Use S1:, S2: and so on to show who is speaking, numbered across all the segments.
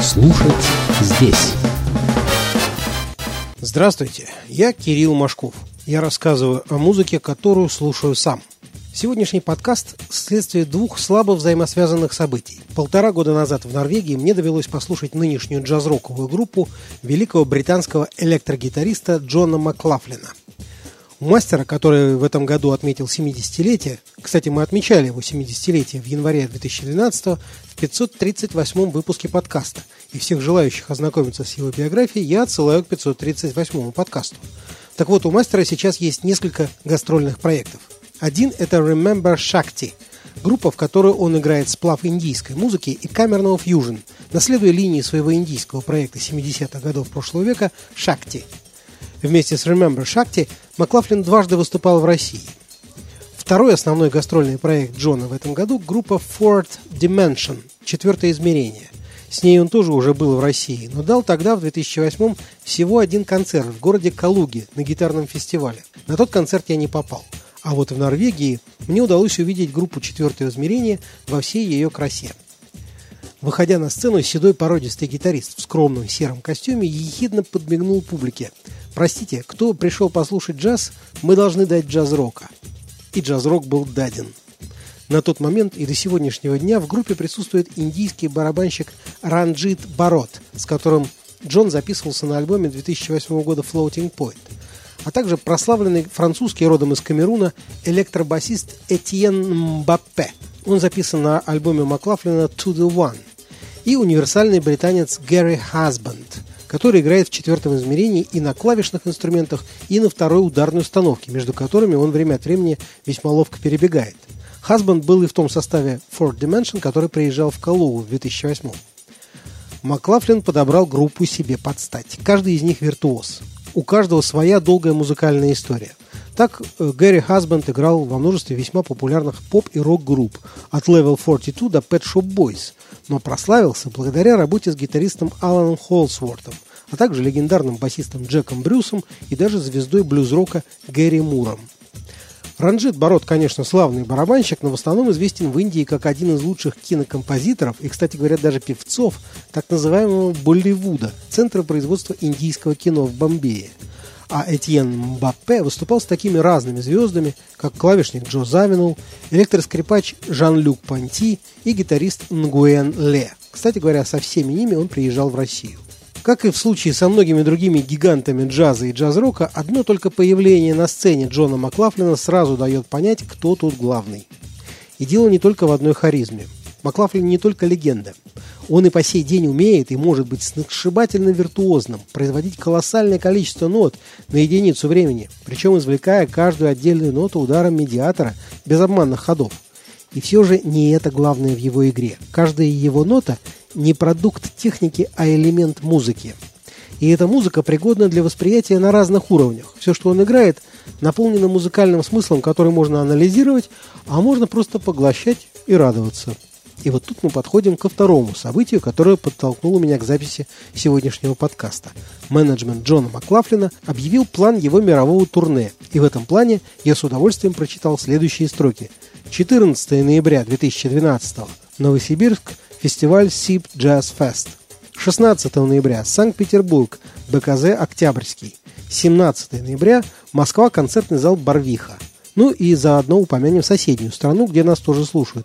S1: Слушать здесь.
S2: Здравствуйте, я Кирилл Машков. Я рассказываю о музыке, которую слушаю сам. Сегодняшний подкаст – следствие двух слабо взаимосвязанных событий. 1,5 года назад в Норвегии мне довелось послушать нынешнюю джаз-роковую группу великого британского электрогитариста Джона Маклафлина. У мастера, который в этом году отметил 70-летие, кстати, мы отмечали его 70-летие в январе 2012 в 538 выпуске подкаста, и всех желающих ознакомиться с его биографией я отсылаю к 538 подкасту. Так вот, у мастера сейчас есть несколько гастрольных проектов. Один – это Remember Shakti, группа, в которой он играет сплав индийской музыки и камерного фьюжн, наследуя линии своего индийского проекта 70-х годов прошлого века Shakti. Вместе с Remember Shakti Маклафлин дважды выступал в России. Второй основной гастрольный проект Джона в этом году – группа Fourth Dimension, четвертое измерение. С ней он тоже уже был в России, но дал тогда, в 2008-м, всего один концерт в городе Калуге на гитарном фестивале. На тот концерт я не попал. А вот в Норвегии мне удалось увидеть группу «Четвертое измерение» во всей ее красе. Выходя на сцену, седой породистый гитарист в скромном сером костюме ехидно подмигнул публике. «Простите, кто пришел послушать джаз, мы должны дать джаз-рока». И джаз-рок был даден. На тот момент и до сегодняшнего дня в группе присутствует индийский барабанщик Ранджит Барот, с которым Джон записывался на альбоме 2008 года «Floating Point», а также прославленный французский родом из Камеруна электробасист Этьен Мбаппе. Он записан на альбоме Маклафлина «To the One», и универсальный британец Гэри Хасбанд, который играет в четвертом измерении и на клавишных инструментах, и на второй ударной установке, между которыми он время от времени весьма ловко перебегает. Хасбанд был и в том составе Fourth Dimension, который приезжал в Калугу в 2008. Маклафлин подобрал группу себе под стать. Каждый из них виртуоз. У каждого своя долгая музыкальная история. Так Гэри Хасбанд играл во множестве весьма популярных поп- и рок-групп, от Level 42 до Pet Shop Boys, но прославился благодаря работе с гитаристом Аланом Холсвортом, а также легендарным басистом Джеком Брюсом и даже звездой блюз-рока Гэри Муром. Ранджит Барот, конечно, славный барабанщик, но в основном известен в Индии как один из лучших кинокомпозиторов и, кстати говоря, даже певцов так называемого Болливуда, центра производства индийского кино в Бомбее. А Этьен Мбаппе выступал с такими разными звездами, как клавишник Джо Завинул, электроскрипач Жан-Люк Понти и гитарист Нгуен Ле. Кстати говоря, со всеми ними он приезжал в Россию. Как и в случае со многими другими гигантами джаза и джаз-рока, одно только появление на сцене Джона Маклафлина сразу дает понять, кто тут главный. И дело не только в одной харизме. Маклафлин не только легенда. Он и по сей день умеет и может быть сногсшибательно виртуозным, производить колоссальное количество нот на единицу времени, причем извлекая каждую отдельную ноту ударом медиатора без обманных ходов. И все же не это главное в его игре. Каждая его нота – не продукт техники, а элемент музыки. И эта музыка пригодна для восприятия на разных уровнях. Все, что он играет, наполнено музыкальным смыслом, который можно анализировать, а можно просто поглощать и радоваться. И вот тут мы подходим ко второму событию, которое подтолкнуло меня к записи сегодняшнего подкаста. Менеджмент Джона Маклафлина объявил план его мирового турне, и в этом плане я с удовольствием прочитал следующие строки. 14 ноября 2012 Новосибирск, фестиваль SIP Jazz Fest. 16 ноября Санкт-Петербург, БКЗ Октябрьский. 17 ноября Москва, концертный зал Барвиха. Ну и заодно упомянем соседнюю страну, где нас тоже слушают.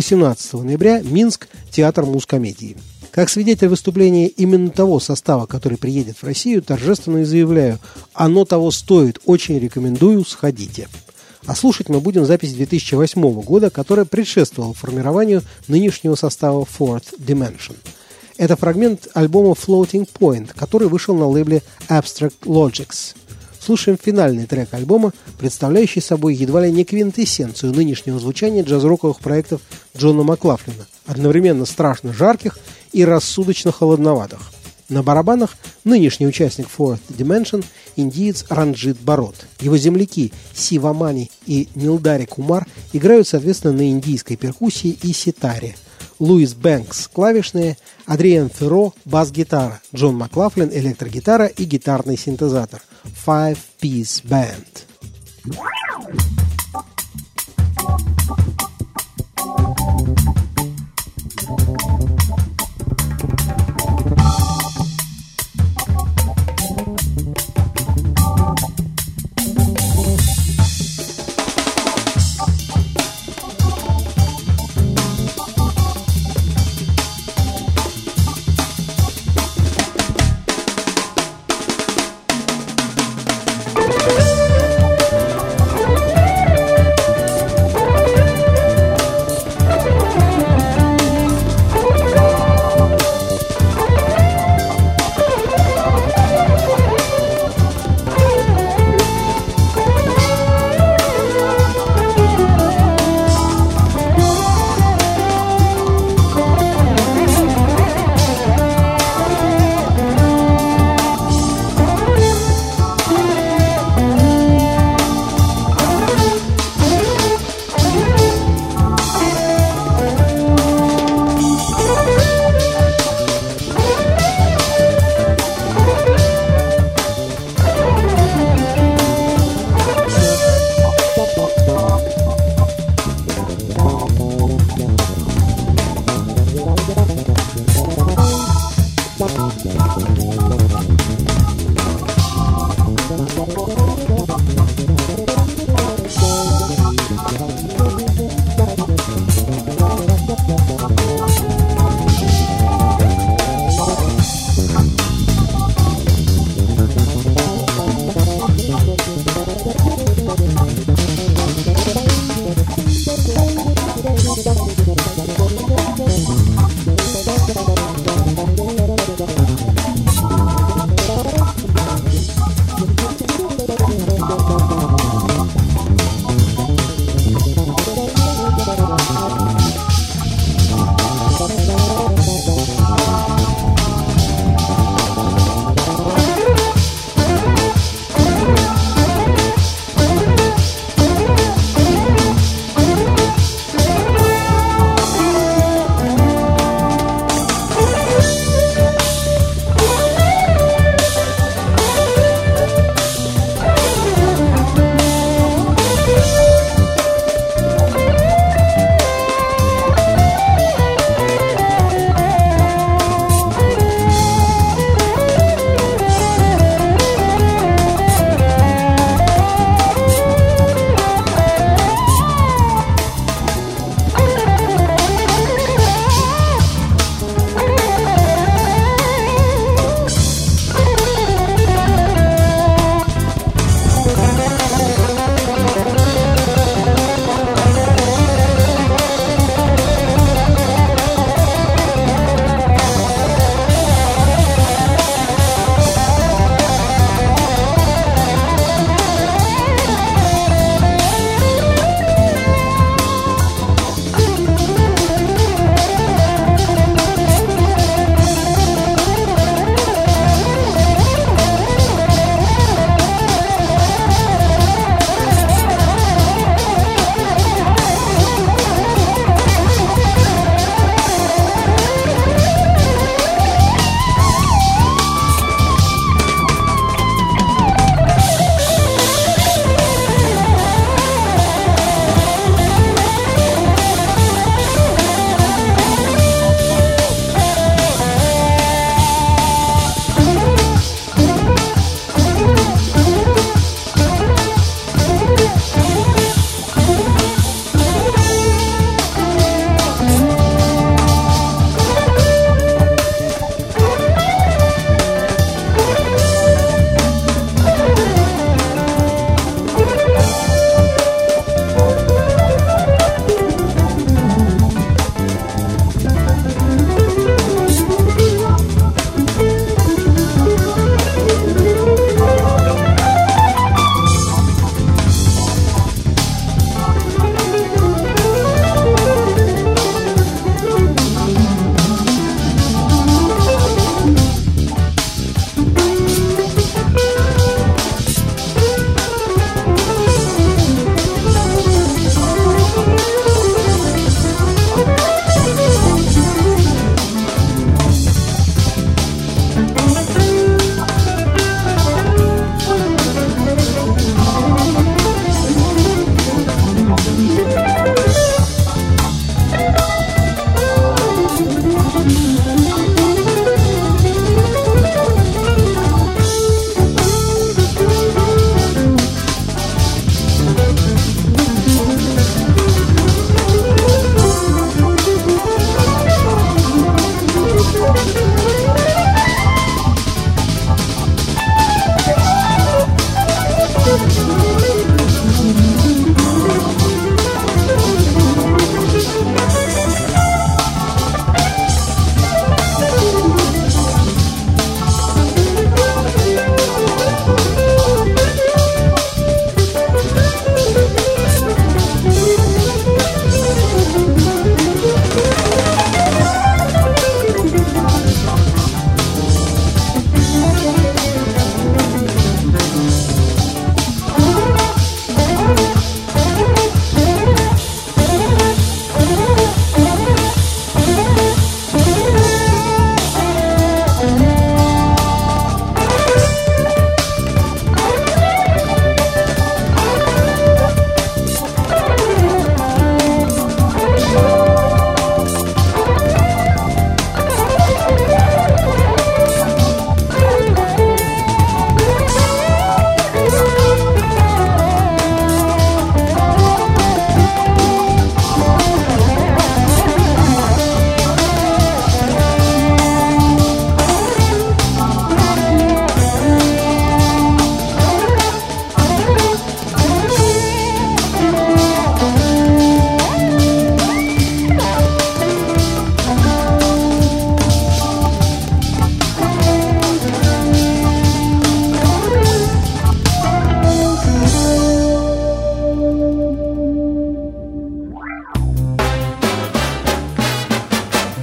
S2: 18 ноября Минск, театр мускомедии. Как свидетель выступления именно того состава, который приедет в Россию, торжественно заявляю, оно того стоит, очень рекомендую, сходите. А слушать мы будем запись 2008 года, которая предшествовала формированию нынешнего состава Fourth Dimension. Это фрагмент альбома Floating Point, который вышел на лейбле Abstract Logics. Слушаем финальный трек альбома, представляющий собой едва ли не квинтэссенцию нынешнего звучания джаз-роковых проектов Джона Маклафлина, одновременно страшно жарких и рассудочно холодноватых. На барабанах нынешний участник Fourth Dimension – индиец Ранджит Барот. Его земляки Сива Мани и Нилдари Кумар играют, соответственно, на индийской перкуссии и ситаре. Луис Бэнкс – клавишные, Адриан Ферро – бас-гитара, Джон Маклафлин – электрогитара и гитарный синтезатор. Five-piece band.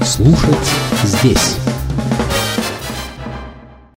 S1: Слушать здесь.